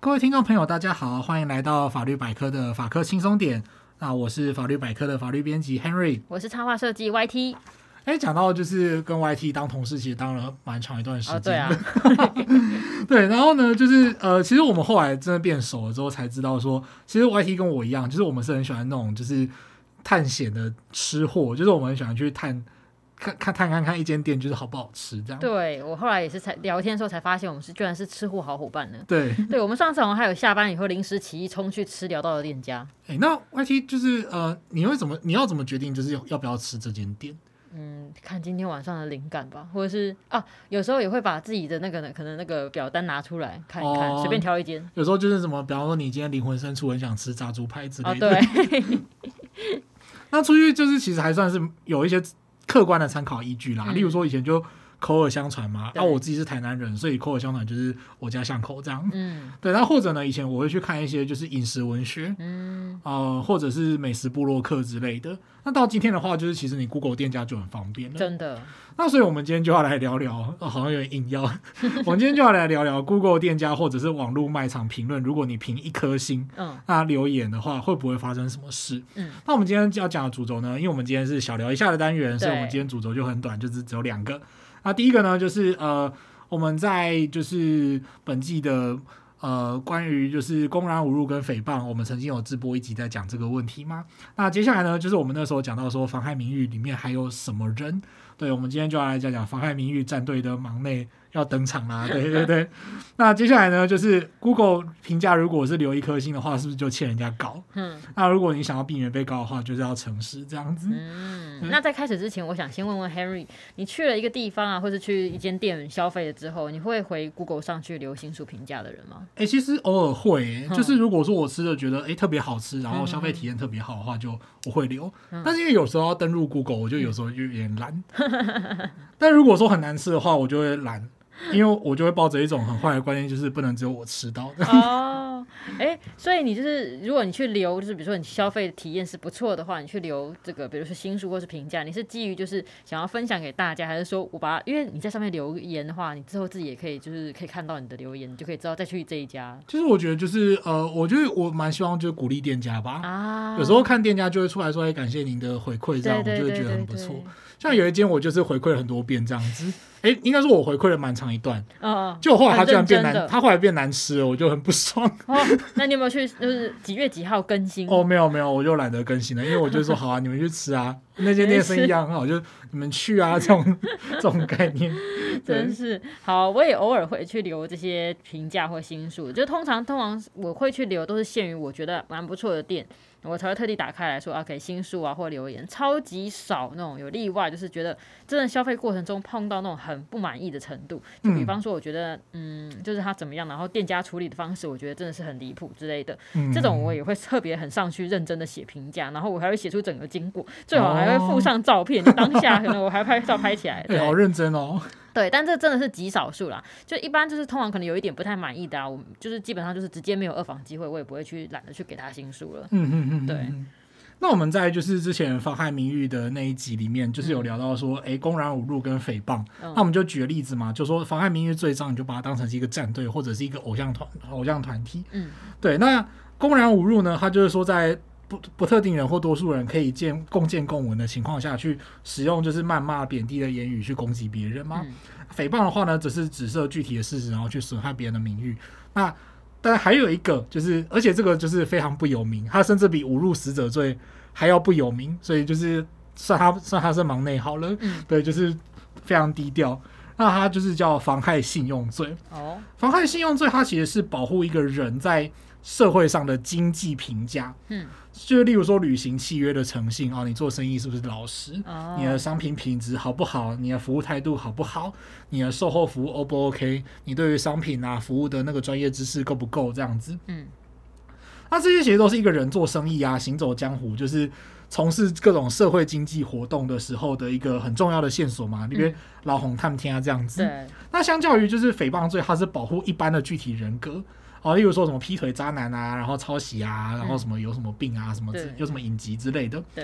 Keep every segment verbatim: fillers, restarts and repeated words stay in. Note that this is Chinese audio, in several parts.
各位听众朋友大家好，欢迎来到法律百科的法科轻松点。那我是法律百科的法律编辑 Henry， 我是插画设计 Y T。 哎，讲到就是跟 Y T 当同事，其实当了蛮长一段时间。哦， 对啊， 对，然后呢，就是呃，其实我们后来真的变熟了之后，才知道说，其实 Y T 跟我一样，就是我们是很喜欢那种就是探险的吃货，就是我们很喜欢去探看看探看看一间店就是好不好吃这样。 对，我后来也是才聊天的时候才发现，我们是居然是吃货好伙伴呢。 对， 对，我们上次好像还有下班以后临时起意冲去吃聊到的店家。 哎，那 Y T 就是呃，你会怎么你要怎么决定就是要不要吃这间店？ 嗯，看今天晚上的灵感吧，或者是啊，有时候也会把自己的那个可能那个表单拿出来看一看，随、哦、便挑一间。 有时候就是什么，比方说你今天灵魂深处很想吃炸猪排之类的。 哦，对。 那出去就是其实还算是有一些客观的参考依据啦，嗯、例如说以前就口耳相传嘛，啊，我自己是台南人，所以口耳相传就是我家巷口这样。嗯，对。那或者呢，以前我会去看一些就是饮食文学，嗯，呃，或者是美食部落客之类的。那到今天的话，就是其实你 Google 店家就很方便了， 真的。 那所以我们今天就要来聊聊，哦、好像有点硬要。我们今天就要来聊聊 Google 店家或者是网络卖场评论，如果你评一颗星，嗯，那留言的话，会不会发生什么事？嗯，那我们今天要讲的主轴呢，因为我们今天是小聊一下的单元，所以我们今天主轴就很短，就是只有两个。那第一个呢，就是呃，我们在就是本季的呃关于就是公然侮辱跟诽谤，我们曾经有直播一集在讲这个问题嘛。那接下来呢，就是我们那时候讲到说妨害名誉里面还有什么人？对，我们今天就要来讲讲妨害名誉战队的忙内要登场啦。对对对。那接下来呢，就是 Google 评价如果是留一颗星的话，是不是就欠人家告？嗯。那如果你想要避免被告的话，就是要诚实这样子。 嗯。那在开始之前，我想先问问 Henry， 你去了一个地方啊，或是去一间店消费了之后，你会回 Google 上去留星数评价的人吗？ 哎、欸，其实偶尔会、欸嗯，就是如果说我吃的觉得哎、欸、特别好吃，然后消费体验特别好的话，就我会留。嗯、但是因为有时候要登入 Google， 我就有时候就有点懒。但如果说很难吃的话，我就会懒。因为我就会抱着一种很坏的观念，就是不能只有我吃到的。 哦，哎，所以你就是如果你去留，就是比如说你消费的体验是不错的话，你去留这个，比如说星数或是评价，你是基于就是想要分享给大家，还是说我把它，因为你在上面留言的话，你之后自己也可以就是可以看到你的留言，你就可以知道再去这一家。 其实我觉得就是呃，我觉得我蛮希望就是鼓励店家吧。啊，有时候看店家就会出来说，哎，感谢您的回馈，这样我就会觉得很不错。像有一间我就是回馈了很多遍这样子。哎，应该说我回馈了蛮长一段，哦，结果后来他居然变难，他后来变难吃了，我就很不爽。 哦，那你有没有去就是几月几号更新？ 哦，没有没有，我就懒得更新了，因为我就说好啊，你们去吃啊，那间店生意一样很好，就你们去啊，这种这种概念。 真是好，我也偶尔会去留这些评价或星数，就通常通常我会去留，都是限于我觉得蛮不错的店。我才会特地打开来说啊，给星数啊或留言，超级少那种有例外，就是觉得真的消费过程中碰到那种很不满意的程度，就比方说我觉得嗯，就是他怎么样，然后店家处理的方式，我觉得真的是很离谱之类的、嗯，这种我也会特别很上去认真的写评价，然后我还会写出整个经过，最好还会附上照片，就当下可能我还拍照拍起来，对， 好认真哦。 对，但这真的是极少数啦，就一般就是通常可能有一点不太满意的啊，我就是基本上就是直接没有二访机会，我也不会去懒得去给他星数了。嗯嗯嗯，对。 那我们在就是之前妨害名誉的那一集里面，就是有聊到说，哎、嗯，公然侮辱跟诽谤、嗯，那我们就举个例子嘛，就说妨害名誉罪章，你就把它当成是一个战队或者是一个偶像团偶像团体。嗯，对。那公然侮辱呢，它就是说在不不特定人或多数人可以见共见共闻的情况下去使用就是谩骂贬低的言语去攻击别人嘛。嗯、诽谤的话呢，只是指涉具体的事实，然后去损害别人的名誉。那但还有一个就是，而且这个就是非常不有名，他甚至比侮辱死者罪还要不有名，所以就是算他算他是忙内好了、嗯，对，就是非常低调。那他就是叫妨害信用罪。哦，妨害信用罪，它其实是保护一个人在社会上的经济评价，嗯，就例如说履行契约的诚信啊，你做生意是不是老实、哦？你的商品品质好不好？你的服务态度好不好？你的售后服务 O 不 OK？ 你对于商品啊服务的那个专业知识够不够？这样子，嗯，那这些其实都是一个人做生意啊，行走江湖，就是从事各种社会经济活动的时候的一个很重要的线索嘛，因为老红探天啊这样子。对。那相较于就是诽谤罪，它是保护一般的具体人格。哦，例如说什么劈腿渣男啊，然后抄袭啊，然后什么有什么病啊，什么有什么隐疾之类的。对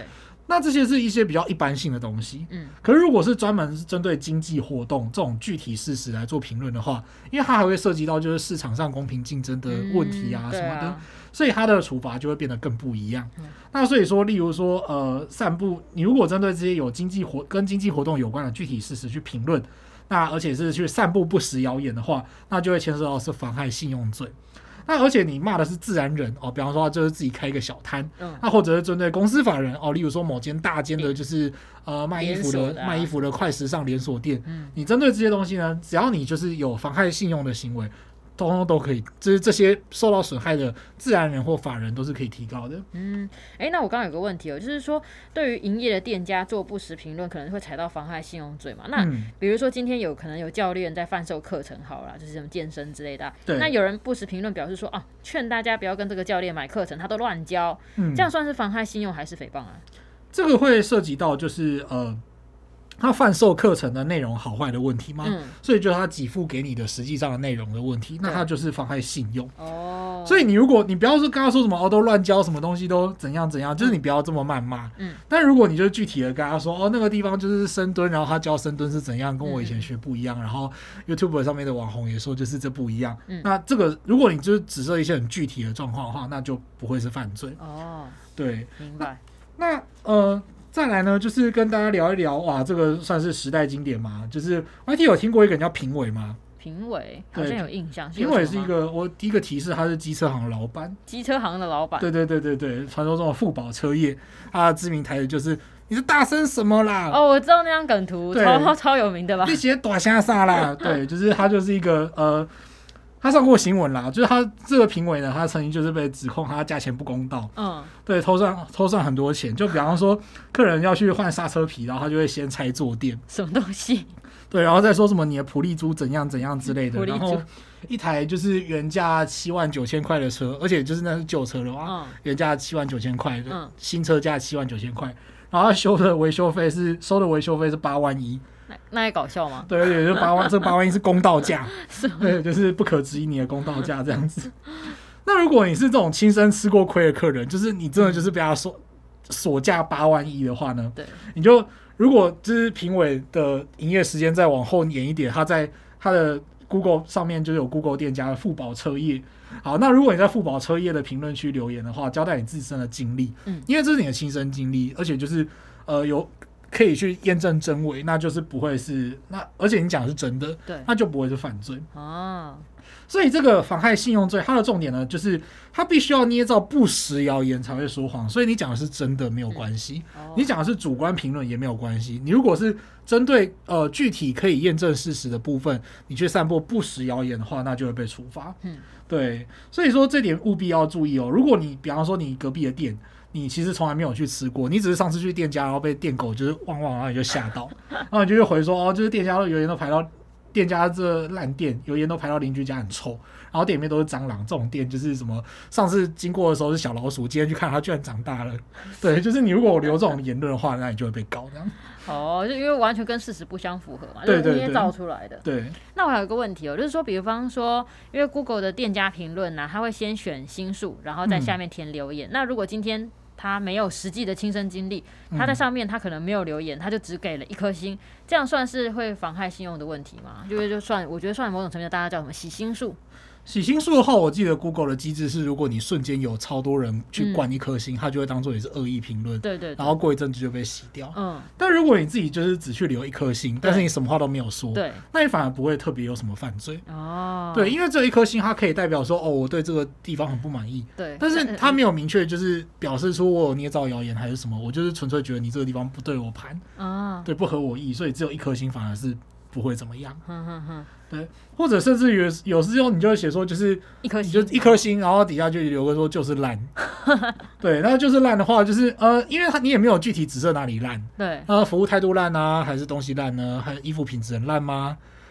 那这些是一些比较一般性的东西， 嗯， 可是如果是专门是针对经济活动这种具体事实来做评论的话，因为它还会涉及到就是市场上公平竞争的问题啊什么的，嗯啊、所以它的处罚就会变得更不一样。嗯、那所以说，例如说，呃，散布，你如果针对这些有经济活跟经济活动有关的具体事实去评论，那而且是去散布不实谣言的话，那就会牵涉到是妨害信用罪。那而且你骂的是自然人哦，比方说他就是自己开一个小摊，嗯，那或者是针对公司法人哦，例如说某间大间的就是呃卖衣服的, 的、啊、卖衣服的快时尚连锁店，嗯，你针对这些东西呢，只要你就是有妨害信用的行为，通通都可以，就是这些受到损害的自然人或法人都是可以提高的。 嗯，哎、欸，那我刚刚有个问题哦，就是说对于营业的店家做不实评论，可能会踩到妨害信用罪嘛？那、嗯、比如说今天有可能有教练在贩售课程，好啦，就是什么健身之类的、啊，那有人不实评论表示说啊，劝大家不要跟这个教练买课程，他都乱教、嗯，这样算是妨害信用还是诽谤啊？ 这个会涉及到就是呃。他贩售课程的内容好坏的问题吗？嗯、所以就是他给付给你的实际上的内容的问题，那他就是妨害信用。哦，所以你如果你不要说刚刚说什么哦都乱教什么东西都怎样怎样，就是你不要这么谩骂。嗯，但如果你就具体的跟他说哦那个地方就是深蹲，然后他教深蹲是怎样，跟我以前学不一样，嗯、然后 YouTube 上面的网红也说就是这不一样。嗯，那这个如果你就是指涉一些很具体的状况的话，那就不会是犯罪。 哦， 对， 明白。 那, 那呃。再来呢，就是跟大家聊一聊，哇，这个算是时代经典吗？就是 Y T 有听过一个人叫评委吗？ 评委好像有印象。 评委是一个，我第一个提示，他是机车行的老板。 机车行的老板。 对对对对对，传说中的富宝车业，他的知名台词就是“你是大声什么啦？” 哦，我知道那张梗图，超超有名的吧？ 你写大声啥啦？对，就是他就是一个呃。他上过新闻啦，就是他这个评委呢，他曾经就是被指控他价钱不公道，嗯，对，偷算偷算很多钱，就比方说客人要去换刹车皮，然后他就会先拆坐垫， 什么东西？ 对，然后再说什么你的普利珠怎样怎样之类的，然后一台就是原价七万九千块的车，而且就是那是旧车了嘛，嗯、原价七万九千块的，嗯、新车价七万九千块，然后他修的维修费是收的维修费是八万一。 那, 那也搞笑吗？ 对对，就八万，这八万一是公道价，对，就是不可质疑你的公道价这样子。那如果你是这种亲身吃过亏的客人，就是你真的就是被他锁锁价八万一的话呢，对，你就如果就是评委的营业时间再往后延一点，他在他的 Google 上面就有 Google 店家的富宝车业。好，那如果你在富宝车业的评论区留言的话，交代你自身的经历，嗯，因为这是你的亲身经历，而且就是呃有。可以去验证真伪，那就是不会是那，而且你讲的是真的，对，那就不会是犯罪哦。所以这个妨害信用罪，它的重点呢，就是它必须要捏造不实谣言才会说谎。所以你讲的是真的没有关系，嗯哦、你讲的是主观评论也没有关系。你如果是针对呃具体可以验证事实的部分，你去散播不实谣言的话，那就会被处罚。嗯，对，所以说这点务必要注意哦。如果你比方说你隔壁的店。你其实从来没有去吃过，你只是上次去店家，然后被店狗就是汪汪，然后你就嚇到，然后你就回说哦，就是店家的油盐都排到店家这烂店，油盐都排到邻居家很臭，然后店里面都是蟑螂，这种店就是什么上次经过的时候是小老鼠，今天去看它居然长大了，对，就是你如果留这种言论的话，那你就会被告这样。 哦，就因为完全跟事实不相符合嘛，对对对，就是捏造出来的。 对。 那我还有一个问题哦，就是说，比方说，因为 Google 的店家评论呢，它会先选星数，然后在下面填留言。嗯、那如果今天他没有实际的亲身经历，他在上面他可能没有留言，他就只给了一颗星，这样算是会妨害信用的问题吗？就是就算我觉得算某种层面，大家叫什么洗星数。 洗星数的话，我记得 Google 的机制是，如果你瞬间有超多人去灌一颗星，它、嗯、就会当做你是恶意评论， 对 对, 对， 然后过一阵子就被洗掉。嗯，但如果你自己就是只去留一颗星，但是你什么话都没有说，对，那你反而不会特别有什么犯罪。哦，对，因为这一颗星它可以代表说，哦，我对这个地方很不满意，对，但是它没有明确就是表示出我有捏造谣言还是什么，我就是纯粹觉得你这个地方不对我盘，啊，对，不合我意，所以只有一颗星反而是不会怎么样。哼哼哼，对，或者甚至有有时候你就会写说就是一颗星， 就一颗星，然后底下就留个说就是烂。对，那就是烂的话，就是呃，因为他你也没有具体指涉哪里烂，对，呃，服务态度烂啊，还是东西烂呢？还是衣服品质很烂吗？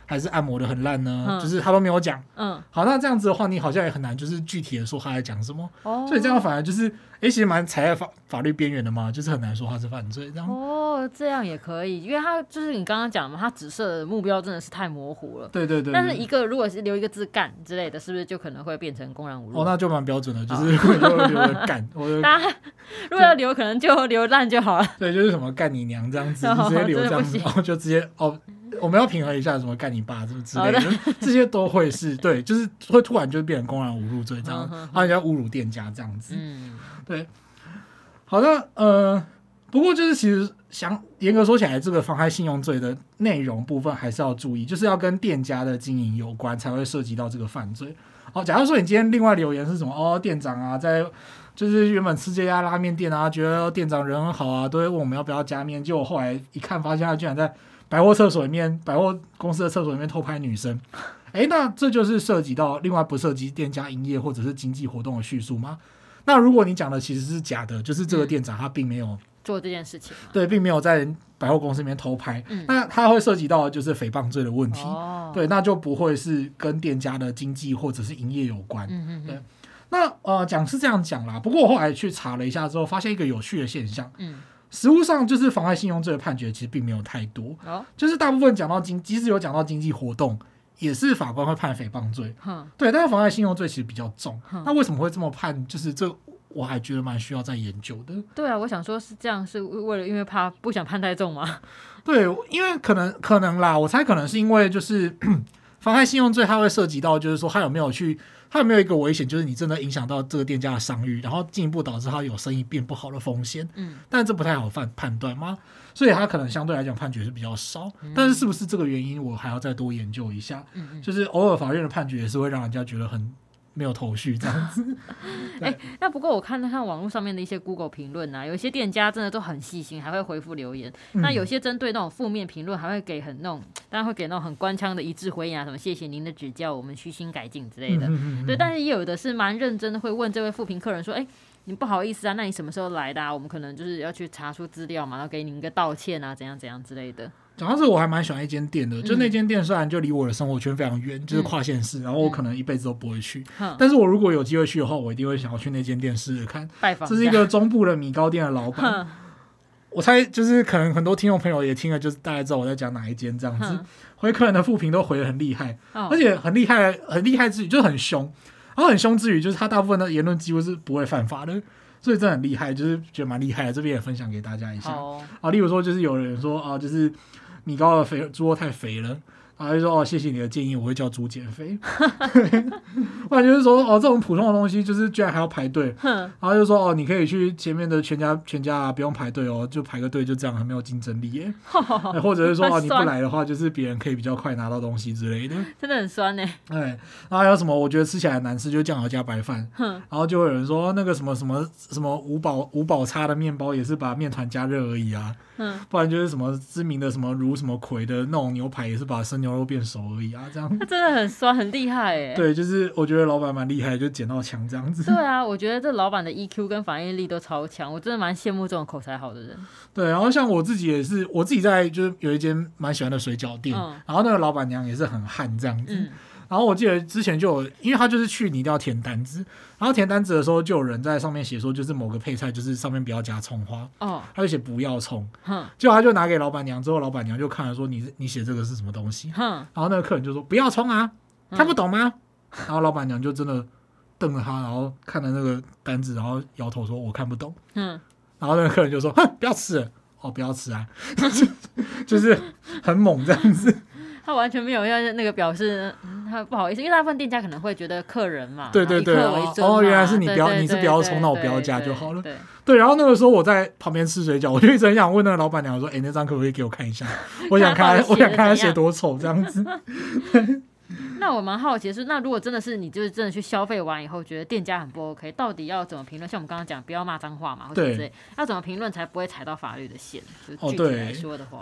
还是按摩的很烂呢？ 嗯、 就是他都没有讲。 嗯， 好，那这样子的话，你好像也很难就是具体的说他在讲什么。 哦， 所以这样反而就是，哎，其实蛮踩在法法律边缘的嘛，就是很难说他是犯罪这样。 哦，这样也可以，因为他就是你刚刚讲嘛，他指涉的目标真的是太模糊了。 对对 对, 对。 但是一个如果是留一个字干之类的，是不是就可能会变成公然侮辱？ 哦，那就蛮标准的，就是会留个干。 大家如果要留，可能就留烂就好了。 对，就是什么干你娘这样子，就直接留这样子，然后就直接哦。我们要平衡一下，什么干你爸什么之类的，这些都会是对，就是会突然就变成公然侮辱罪这样，然后人家侮辱店家这样子。嗯，对。好的，呃，不过就是其实想严格说起来，这个妨害信用罪的内容部分还是要注意，就是要跟店家的经营有关，才会涉及到这个犯罪。好，假如说你今天另外留言是什么哦，店长啊，在就是原本吃这家拉面店啊，觉得店长人很好啊，都会问我们要不要加面，结果后来一看发现他居然在百货厕所里面，百货公司的厕所里面偷拍女生，哎，那这就是涉及到另外不涉及店家营业或者是经济活动的叙述吗？那如果你讲的其实是假的，就是这个店长他并没有做这件事情， 对，并没有在百货公司里面偷拍，嗯、那他会涉及到就是诽谤罪的问题，哦、对，那就不会是跟店家的经济或者是营业有关，嗯嗯嗯对。那呃讲是这样讲啦，不过我后来去查了一下之后，发现一个有趣的现象，嗯。实务上就是妨害信用罪的判决其实并没有太多，哦、就是大部分讲到经，即使有讲到经济活动，也是法官会判诽谤罪，对，但是妨害信用罪其实比较重。那为什么会这么判？就是这我还觉得蛮需要再研究的。 对啊，我想说是这样，是为了因为怕不想判太重吗？ 对，因为可能可能啦，我猜可能是因为就是妨害信用罪，它会涉及到就是说他有没有去。它有没有一个危险，就是你真的影响到这个店家的商誉，然后进一步导致他有生意变不好的风险？嗯，但这不太好判断吗？所以他可能相对来讲判决是比较少，嗯、但是是不是这个原因，我还要再多研究一下。嗯嗯就是偶尔法院的判决也是会让人家觉得很没有头绪这样子。 哎、欸，那不过我看看网络上面的一些 Google 评论啊，有一些店家真的都很细心，还会回复留言。嗯、那有些针对那种负面评论，还会给很那种，当然会给那种很官腔的一致回应啊，什么谢谢您的指教，我们虚心改进之类的。嗯嗯嗯对，但是也有的是蛮认真的，会问这位负评客人说，哎、欸。你不好意思啊，那你什么时候来的啊？我们可能就是要去查出资料嘛，然后给你一个道歉啊，怎样怎样之类的。 讲到这，我还蛮喜欢一间店的，嗯、就那间店虽然就离我的生活圈非常远，嗯、就是跨县市，然后我可能一辈子都不会去，嗯、但是我如果有机会去的话，我一定会想要去那间店试试看。 拜访。 这是一个中部的米糕店的老板，我猜就是可能很多听众朋友也听了，就是大概知道我在讲哪一间这样子。回客人的负评都回得很厉害，哦、而且很厉害，很厉害之余就是很凶。然后很凶之余，就是他大部分的言论几乎是不会犯法的，所以真的很厉害，就是觉得蛮厉害的。这边也分享给大家一下。啊，例如说，就是有人说啊，就是米糕的肥猪肉太肥了，然后就说哦，谢谢你的建议，我会叫猪减肥。不然就是说哦，这种普通的东西，就是居然还要排队，然后就说哦，你可以去前面的全家全家啊，不用排队哦，就排个队就这样，很没有竞争力耶。或者是说哦，你不来的话，就是别人可以比较快拿到东西之类的， 真的很酸呢。 对，然后还有什么？我觉得吃起来难吃，就是酱油加白饭。然后就会有人说那个什么什么什么五宝五宝叉的面包也是把面团加热而已啊。嗯，不然就是什么知名的什么如什么葵的那种牛排也是把生牛肉变熟而已啊，这样。 他真的很酸，很厉害哎。 对，就是我觉得老板蛮厉害，就捡到枪这样子。 对啊，我觉得这老板的 E Q 跟反应力都超强，我真的蛮羡慕这种口才好的人。 对，然后像我自己也是，我自己在就是有一间蛮喜欢的水饺店，嗯、然后那个老板娘也是很悍这样子。嗯然后我记得之前就有，因为他就是去你一定要填单子，然后填单子的时候就有人在上面写说，就是某个配菜就是上面不要加葱花，哦，他就写不要葱，哼，结果他就拿给老板娘之后，老板娘就看了说你你写这个是什么东西，哼，然后那个客人就说不要葱啊，看不懂吗？然后老板娘就真的瞪着他，然后看了那个单子，然后摇头说我看不懂，嗯，然后那个客人就说哼不要吃了，哦不要吃啊，就是很猛这样子。 他完全没有要那个表示他不好意思，因为大部分店家可能会觉得客人嘛， 对对对，哦，原来是你不要，你是不要冲，那我不要加就好了。对对，然后那个时候我在旁边吃水饺，我就一直很想问那个老板娘说：“哎，那张可不可以给我看一下？我想看，我想看他写多丑这样子。” 那我蛮好奇的是，那如果真的是你就是真的去消费完以后，觉得店家很不 OK， 到底要怎么评论？像我们刚刚讲，不要骂脏话嘛，或者之类，要怎么评论才不会踩到法律的线？就具体来说的话， 对。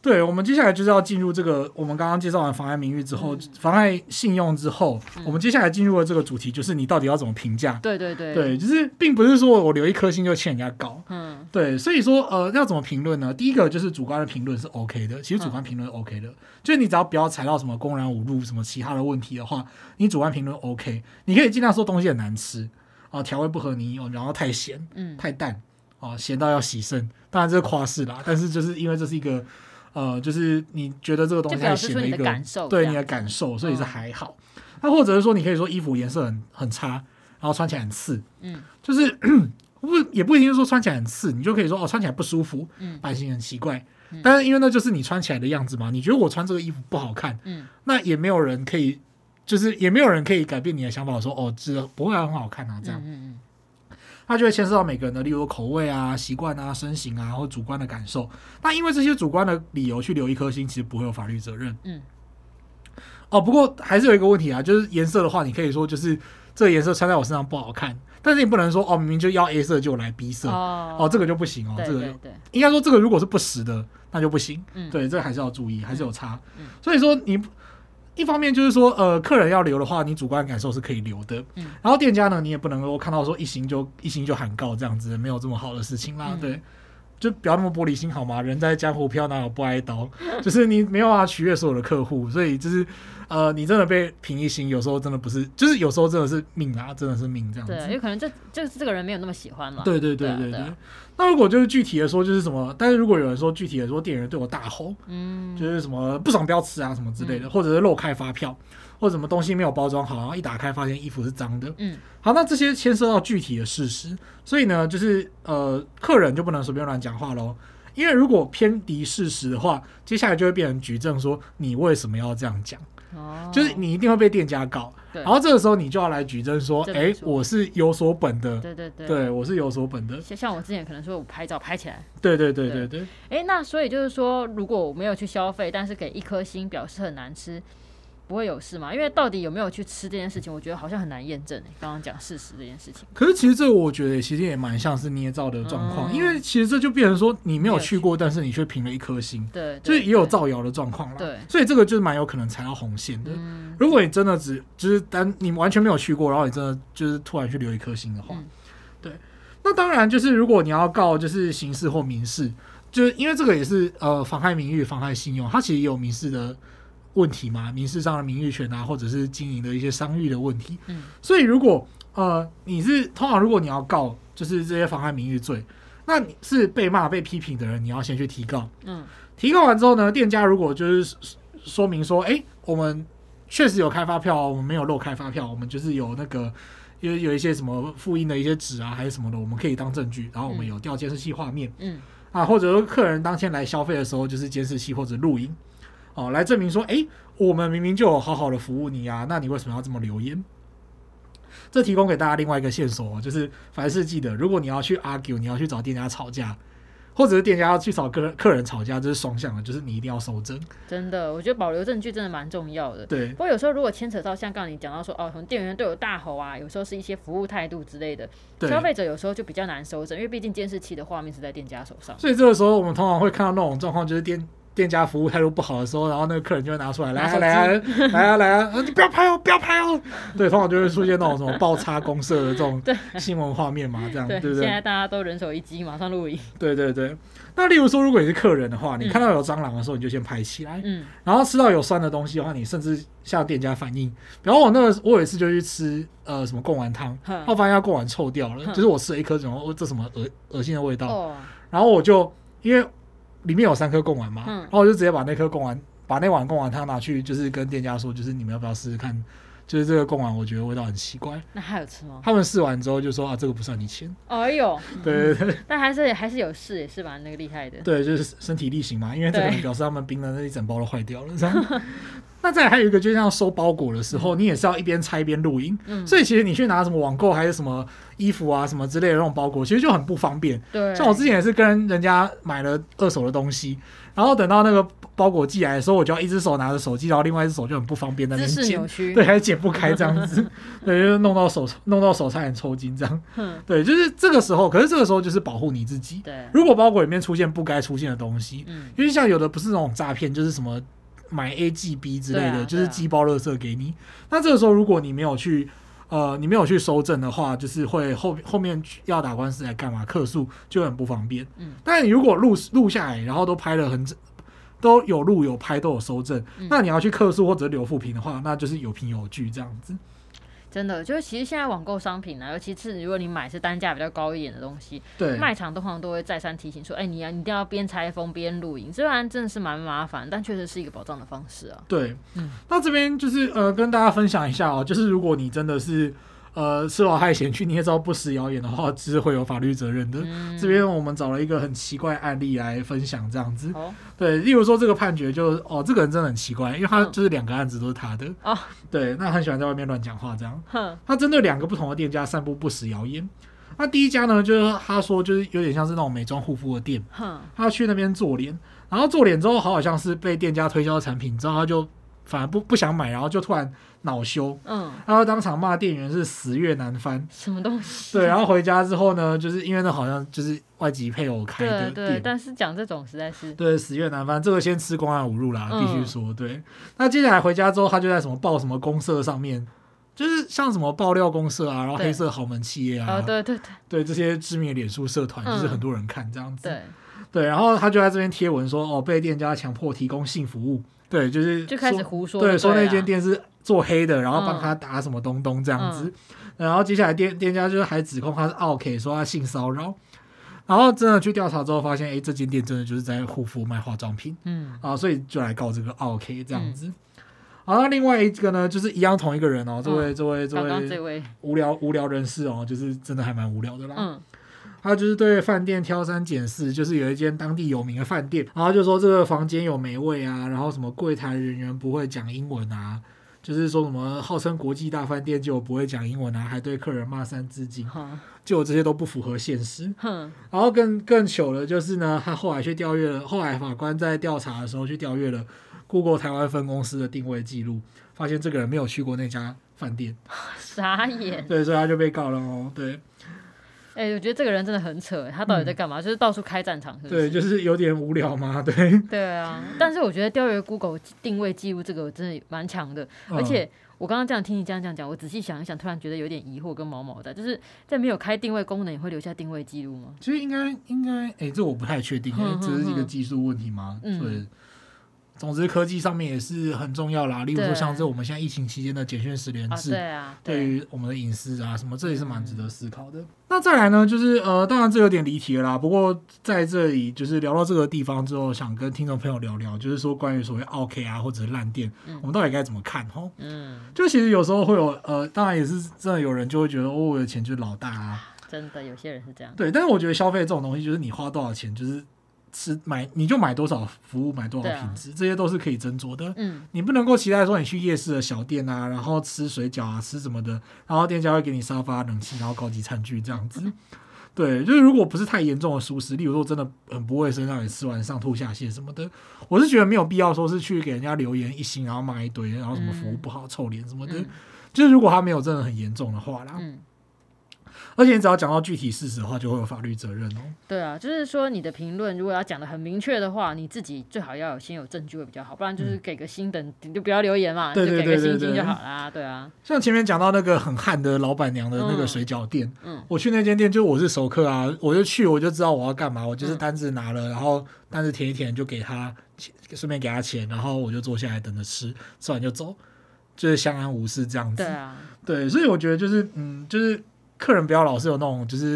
对，我们接下来就是要进入这个，我们刚刚介绍完妨害名誉之后，嗯、妨害信用之后、嗯，我们接下来进入的这个主题就是你到底要怎么评价？ 对对对， 对，就是并不是说我留一颗星就欠人家高，嗯，对，所以说呃要怎么评论呢？第一个就是主观的评论是 OK 的，其实主观评论 OK 的、嗯，就是你只要不要踩到什么公然侮辱什么其他的问题的话，你主观评论 OK， 你可以尽量说东西很难吃啊，调味不合你用，然后太咸，嗯，太淡。哦，咸到要洗肾，当然这是夸饰啦，但是就是因为这是一个，呃，就是你觉得这个东西太咸的一个，对你的感受，所以是还好。那、嗯、或者是说，你可以说衣服颜色很很差，然后穿起来很刺，嗯，就是不也不一定说穿起来很刺，你就可以说哦，穿起来不舒服，嗯，版型很奇怪，嗯，但是因为那就是你穿起来的样子嘛，你觉得我穿这个衣服不好看，嗯，那也没有人可以，就是也没有人可以改变你的想法，说哦，这不会很好看啊，这样，嗯嗯。它就会牵涉到每个人的，例如口味啊、习惯啊、身形啊，或主观的感受。那因为这些主观的理由去留一颗星，其实不会有法律责任。嗯。哦，不过还是有一个问题啊，就是颜色的话，你可以说就是这个颜色穿在我身上不好看，但是你不能说哦，明明就要 A 色就来 B 色，哦，哦这个就不行哦。这个对对应该说这个如果是不实的，那就不行。嗯。对，这个还是要注意，还是有差。嗯。所以说你。一方面就是说，呃，客人要留的话，你主观感受是可以留的。嗯，然后店家呢，你也不能够看到说一行就一行就喊告这样子，没有这么好的事情啦。嗯、对，就不要那么玻璃心好吗？人在江湖飘，哪有不挨刀？就是你没有办法取悦所有的客户，所以就是呃，你真的被评一星，有时候真的不是，就是有时候真的是命啊，真的是命这样子。 对，有可能这这这个人没有那么喜欢嘛。 对对对对 对, 对, 对。那如果就是具体的说，就是什么？但是如果有人说具体的说，店员对我大吼，嗯，就是什么不爽不要吃啊什么之类的，嗯、或者是漏开发票。或者什么东西没有包装好，然后一打开发现衣服是脏的，嗯，好，那这些牵涉到具体的事实，所以呢，就是呃，客人就不能随便乱讲话咯，因为如果偏离事实的话，接下来就会变成举证说你为什么要这样讲，哦，就是你一定会被店家告，然后这个时候你就要来举证说，哎，我是有所本的， 对对对， 对我是有所本的， 像我之前可能说我拍照拍起来， 对对对对对， 哎，那所以就是说，如果我没有去消费，但是给一颗星表示很难吃。不会有事嘛？因为到底有没有去吃这件事情，我觉得好像很难验证。刚刚讲事实这件事情， 可是其实这个我觉得其实也蛮像是捏造的状况、嗯，因为其实这就变成说你没有去过，但是你却评了一颗星， 对， 就是也有造谣的状况啦。 对， 所以这个就是蛮有可能踩到红线的、嗯。如果你真的只就是单你完全没有去过，然后你真的就是突然去留一颗星的话、嗯，对，那当然就是如果你要告就是刑事或民事，就是因为这个也是呃妨害名誉、妨害信用，它其实也有民事的。问题嘛，民事上的名誉权啊，或者是经营的一些商誉的问题。嗯，所以如果呃你是通常如果你要告就是这些妨害名誉罪，那你是被骂被批评的人，你要先去提告。嗯，提告完之后呢，店家如果就是说明说，哎、欸，我们确实有开发票，我们没有漏开发票，我们就是有那个有有一些什么复印的一些纸啊，还是什么的，我们可以当证据，然后我们有调监视器画面。嗯，啊，或者说客人当天来消费的时候，就是监视器或者录音。哦，来证明说，哎，我们明明就有好好的服务你啊，那你为什么要这么留言？这提供给大家另外一个线索，就是凡事记得，如果你要去 argue， 你要去找店家吵架，或者是店家要去找客客人吵架，这是双向的，就是你一定要收证。真的，我觉得保留证据真的蛮重要的。 对。 不过有时候如果牵扯到像刚刚你讲到说，哦，从店员对我大吼啊，有时候是一些服务态度之类的，消费者有时候就比较难收证，因为毕竟监视器的画面是在店家手上。 所以这个时候我们通常会看到那种状况，就是店。店家服务态度不好的时候，然后那个客人就会拿出来，来啊来啊来啊来啊，你不要拍哦，不要拍哦。对，通常就会出现那种什么爆擦公社的这种新闻画面嘛，这样 对, 对不对？ 现在大家都人手一机，马上录影。 对对对。那例如说，如果你是客人的话，你看到有蟑螂的时候，你就先拍起来。嗯。然后吃到有酸的东西的话，你甚至向店家反映。比方我那个，我有一次就去吃呃什么贡丸汤，我发现它贡丸臭掉了，就是我吃了一颗，然后这什么恶恶心的味道。哦。然后我就因为。里面有三颗贡丸嘛、嗯，然后我就直接把那颗贡丸，把那碗贡丸汤拿去，就是跟店家说，就是你们要不要试试看，就是这个贡丸，我觉得味道很奇怪。 那还有吃吗？ 他们试完之后就说啊，这个不算你钱。 哎呦， 对对对， 但还是还是有试，也是蛮那个厉害的。 对，就是身体力行嘛，因为这个表示他们冰的那一整包都坏掉了，这样。 那再来还有一个，就像收包裹的时候，嗯、你也是要一边拆一边录音，嗯、所以其实你去拿什么网购还是什么衣服啊什么之类的那种包裹，其实就很不方便。 对， 像我之前也是跟人家买了二手的东西，然后等到那个包裹寄来的时候，我就要一只手拿着手机，然后另外一只手就很不方便在那边剪，对，还剪不开这样子，对，就弄到手弄到手差点抽筋这样。对，就是这个时候，可是这个时候就是保护你自己。 对， 如果包裹里面出现不该出现的东西，嗯，因为像有的不是那种诈骗，就是什么。买 A 寄 B 之类的，啊、就是寄包垃圾给你。那这个时候，如果你没有去，呃，你没有去收证的话，就是会后后面要打官司来干嘛？客诉就很不方便。嗯，但是你如果录录下来，然后都拍了很都有录有拍都有收证，嗯、那你要去客诉或者留负评的话，那就是有凭有据这样子。 真的，就是其实现在网购商品啊，尤其是如果你买是单价比较高一点的东西， 对， 卖场通常都会再三提醒说，哎、欸，你啊，你一定要边拆封边录影，虽然真的是蛮麻烦，但确实是一个保障的方式啊。 对，嗯，那这边就是呃，跟大家分享一下哦，就是如果你真的是。呃，吃饱害闲去捏造不实谣言的话，是会有法律责任的。嗯、这边我们找了一个很奇怪的案例来分享，这样子。哦、对，例如说这个判决就，哦，这个人真的很奇怪，因为他就是两个案子都是他的。哦、对，那很喜欢在外面乱讲话，这样。他针对两个不同的店家散布不实谣言。那第一家呢，就是他说就是有点像是那种美妆护肤的店，他去那边做脸，然后做脸之后，好像是被店家推销产品，之后他就反而不不想买，然后就突然。恼羞，嗯，然后当场骂店员是死越难翻， 什么东西？ 对，然后回家之后呢，就是因为那好像就是外籍配偶开的店， 对对，但是讲这种实在是对死越难翻，这个先吃公然侮辱啦，嗯、必须说对。那接下来回家之后，他就在什么报什么公社上面，就是像什么爆料公社啊，然后黑色豪门企业啊， 哦、对对对， 对这些知名的脸书社团，嗯、就是很多人看这样子， 对对，然后他就在这边贴文说，哦，被店家强迫提供性服务。对，就是就开始胡说， 对，说那间店是做黑的，然后帮他打什么东东这样子，嗯、然后接下来店店家就还指控他是奥 K， 说他性骚扰，然后真的去调查之后发现，哎，这间店真的就是在护肤卖化妆品，嗯，啊，所以就来告这个奥 K 这样子。嗯、然后另外一个呢，就是一样同一个人哦，这位、嗯、这位这位刚刚这位无聊无聊人士哦，就是真的还蛮无聊的啦。嗯。他就是对饭店挑三拣四，就是有一间当地有名的饭店，然后就说这个房间有霉味啊，然后什么柜台人员不会讲英文啊，就是说什么号称国际大饭店就不会讲英文啊，还对客人骂三字经，就这些都不符合现实。然后更更糗的就是呢，他后来去调阅了，后来法官在调查的时候去调阅了 Google 台湾分公司的定位记录，发现这个人没有去过那家饭店， 傻眼。 对，所以他就被告了哦，对。 哎、欸，我觉得这个人真的很扯，他到底在干嘛？嗯、就是到处开战场是不是， 对，就是有点无聊嘛，对。 对啊，但是我觉得调阅 Google 定位记录这个真的蛮强的，嗯、而且我刚刚这样听你这样这样讲，我仔细想一想，突然觉得有点疑惑跟毛毛的，就是在没有开定位功能，也会留下定位记录吗？ 其实应该应该，哎、欸，这我不太确定，哎，这是一个技术问题吗？嗯。对。总之，科技上面也是很重要啦。例如说，像这我们现在疫情期间的简讯实联制， 对啊， 对于我们的隐私啊什么，这也是蛮值得思考的。那再来呢，就是呃，当然这有点离题了啦。不过在这里就是聊到这个地方之后，想跟听众朋友聊聊，就是说关于所谓奥 K 啊或者是烂店，嗯、我们到底该怎么看？吼，嗯，就其实有时候会有呃，当然也是真的有人就会觉得，哦，我的钱就是老大啊。 真的，有些人是这样。 对，但是我觉得消费这种东西，就是你花多少钱，就是吃买你就买多少服务，买多少品质，啊、这些都是可以斟酌的。嗯，你不能够期待说你去夜市的小店啊，然后吃水饺啊，吃什么的，然后店家会给你沙发、冷气，然后高级餐具这样子。对，就是如果不是太严重的疏失，例如说真的很不卫生，让你吃完上吐下泻什么的，我是觉得没有必要说是去给人家留言一星，然后骂一堆，然后什么服务不好、嗯、臭脸什么的。嗯、就是如果他没有真的很严重的话啦。嗯，而且你只要讲到具体事实的话，就会有法律责任哦。 对啊，就是说你的评论如果要讲得很明确的话，你自己最好要有先有证据会比较好，不然就是给个星等，你就不要留言嘛， 对对对对对， 就给个星星就好啦。对啊， 像前面讲到那个很悍的老板娘的那个水饺店，嗯，我去那间店就我是熟客啊，我就去我就知道我要干嘛，我就是单子拿了，然后单子填一填就给他，顺便给他钱，然后我就坐下来等着吃，吃完就走，就是相安无事这样子。 对啊， 对，所以我觉得就是嗯，就是。客人不要老是有那种就是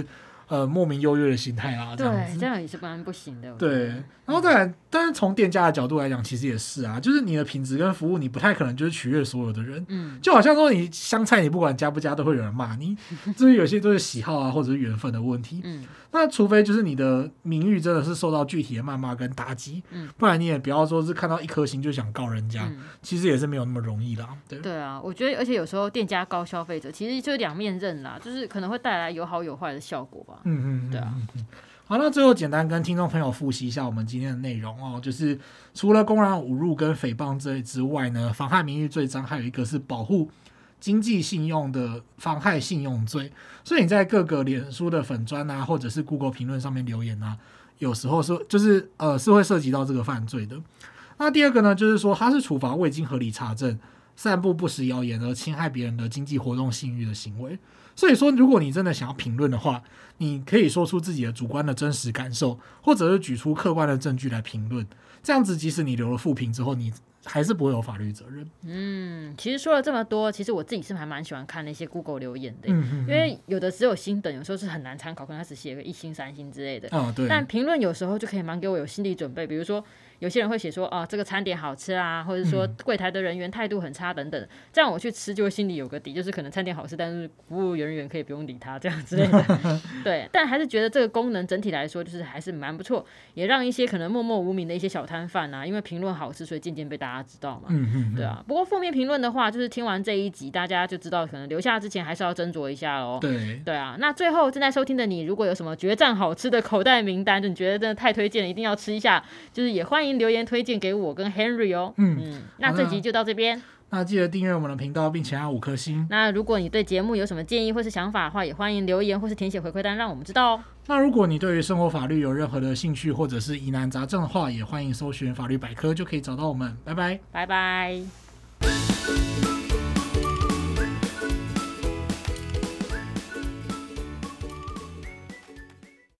呃莫名优越的心态啊，这样对， 子这样也是蛮不行的。 对，然后再来，但是从店家的角度来讲，其实也是啊，就是你的品质跟服务，你不太可能就是取悦所有的人。嗯，就好像说你香菜，你不管加不加，都会有人骂你，就是有些都是喜好啊，或者是缘分的问题。嗯，那除非就是你的名誉真的是受到具体的谩骂跟打击，嗯，不然你也不要说是看到一颗星就想告人家，嗯、其实也是没有那么容易啦。对， 对啊，我觉得，而且有时候店家告消费者，其实就是两面刃啦，就是可能会带来有好有坏的效果吧。 嗯嗯， 对啊。 好，那最后简单跟听众朋友复习一下我们今天的内容哦，就是除了公然侮辱跟诽谤罪之外呢，妨害名誉罪章还有一个是保护经济信用的妨害信用罪，所以你在各个脸书的粉专啊，或者是 Google 评论上面留言啊，有时候是就是呃是会涉及到这个犯罪的。那第二个呢，就是说它是处罚未经合理查证、散布不实谣言而侵害别人的经济活动信誉的行为。所以说，如果你真的想要评论的话，你可以说出自己的主观的真实感受，或者是举出客观的证据来评论。这样子，即使你留了负评之后，你还是不会有法律责任。 嗯，其实说了这么多，其实我自己是还蛮喜欢看那些 Google 留言的，嗯、哼哼因为有的只有星等，有时候是很难参考，可能他只写个一星、三星之类的。 哦，对。 但评论有时候就可以蛮给我有心理准备，比如说。有些人会写说啊，这个餐点好吃啊，或者说柜台的人员态度很差等等，这样我去吃就会心里有个底，就是可能餐点好吃，但是服务人员可以不用理他这样之类的。对，但还是觉得这个功能整体来说就是还是蛮不错，也让一些可能默默无名的一些小摊贩啊，因为评论好吃，所以渐渐被大家知道嘛。嗯嗯对啊，不过负面评论的话，就是听完这一集，大家就知道可能留下之前还是要斟酌一下咯。 对对啊，那最后正在收听的你，如果有什么决战好吃的口袋名单，就你觉得真的太推荐了，一定要吃一下，就是也欢迎留言推荐给我跟 Henry 哦。嗯嗯，那这集就到这边。 那记得订阅我们的频道，并且按五颗星。 那如果你对节目有什么建议或是想法的话，也欢迎留言或是填写回馈单，让我们知道哦。 那如果你对于生活法律有任何的兴趣或者是疑难杂症的话，也欢迎搜寻法律百科就可以找到我们。拜拜， 拜拜。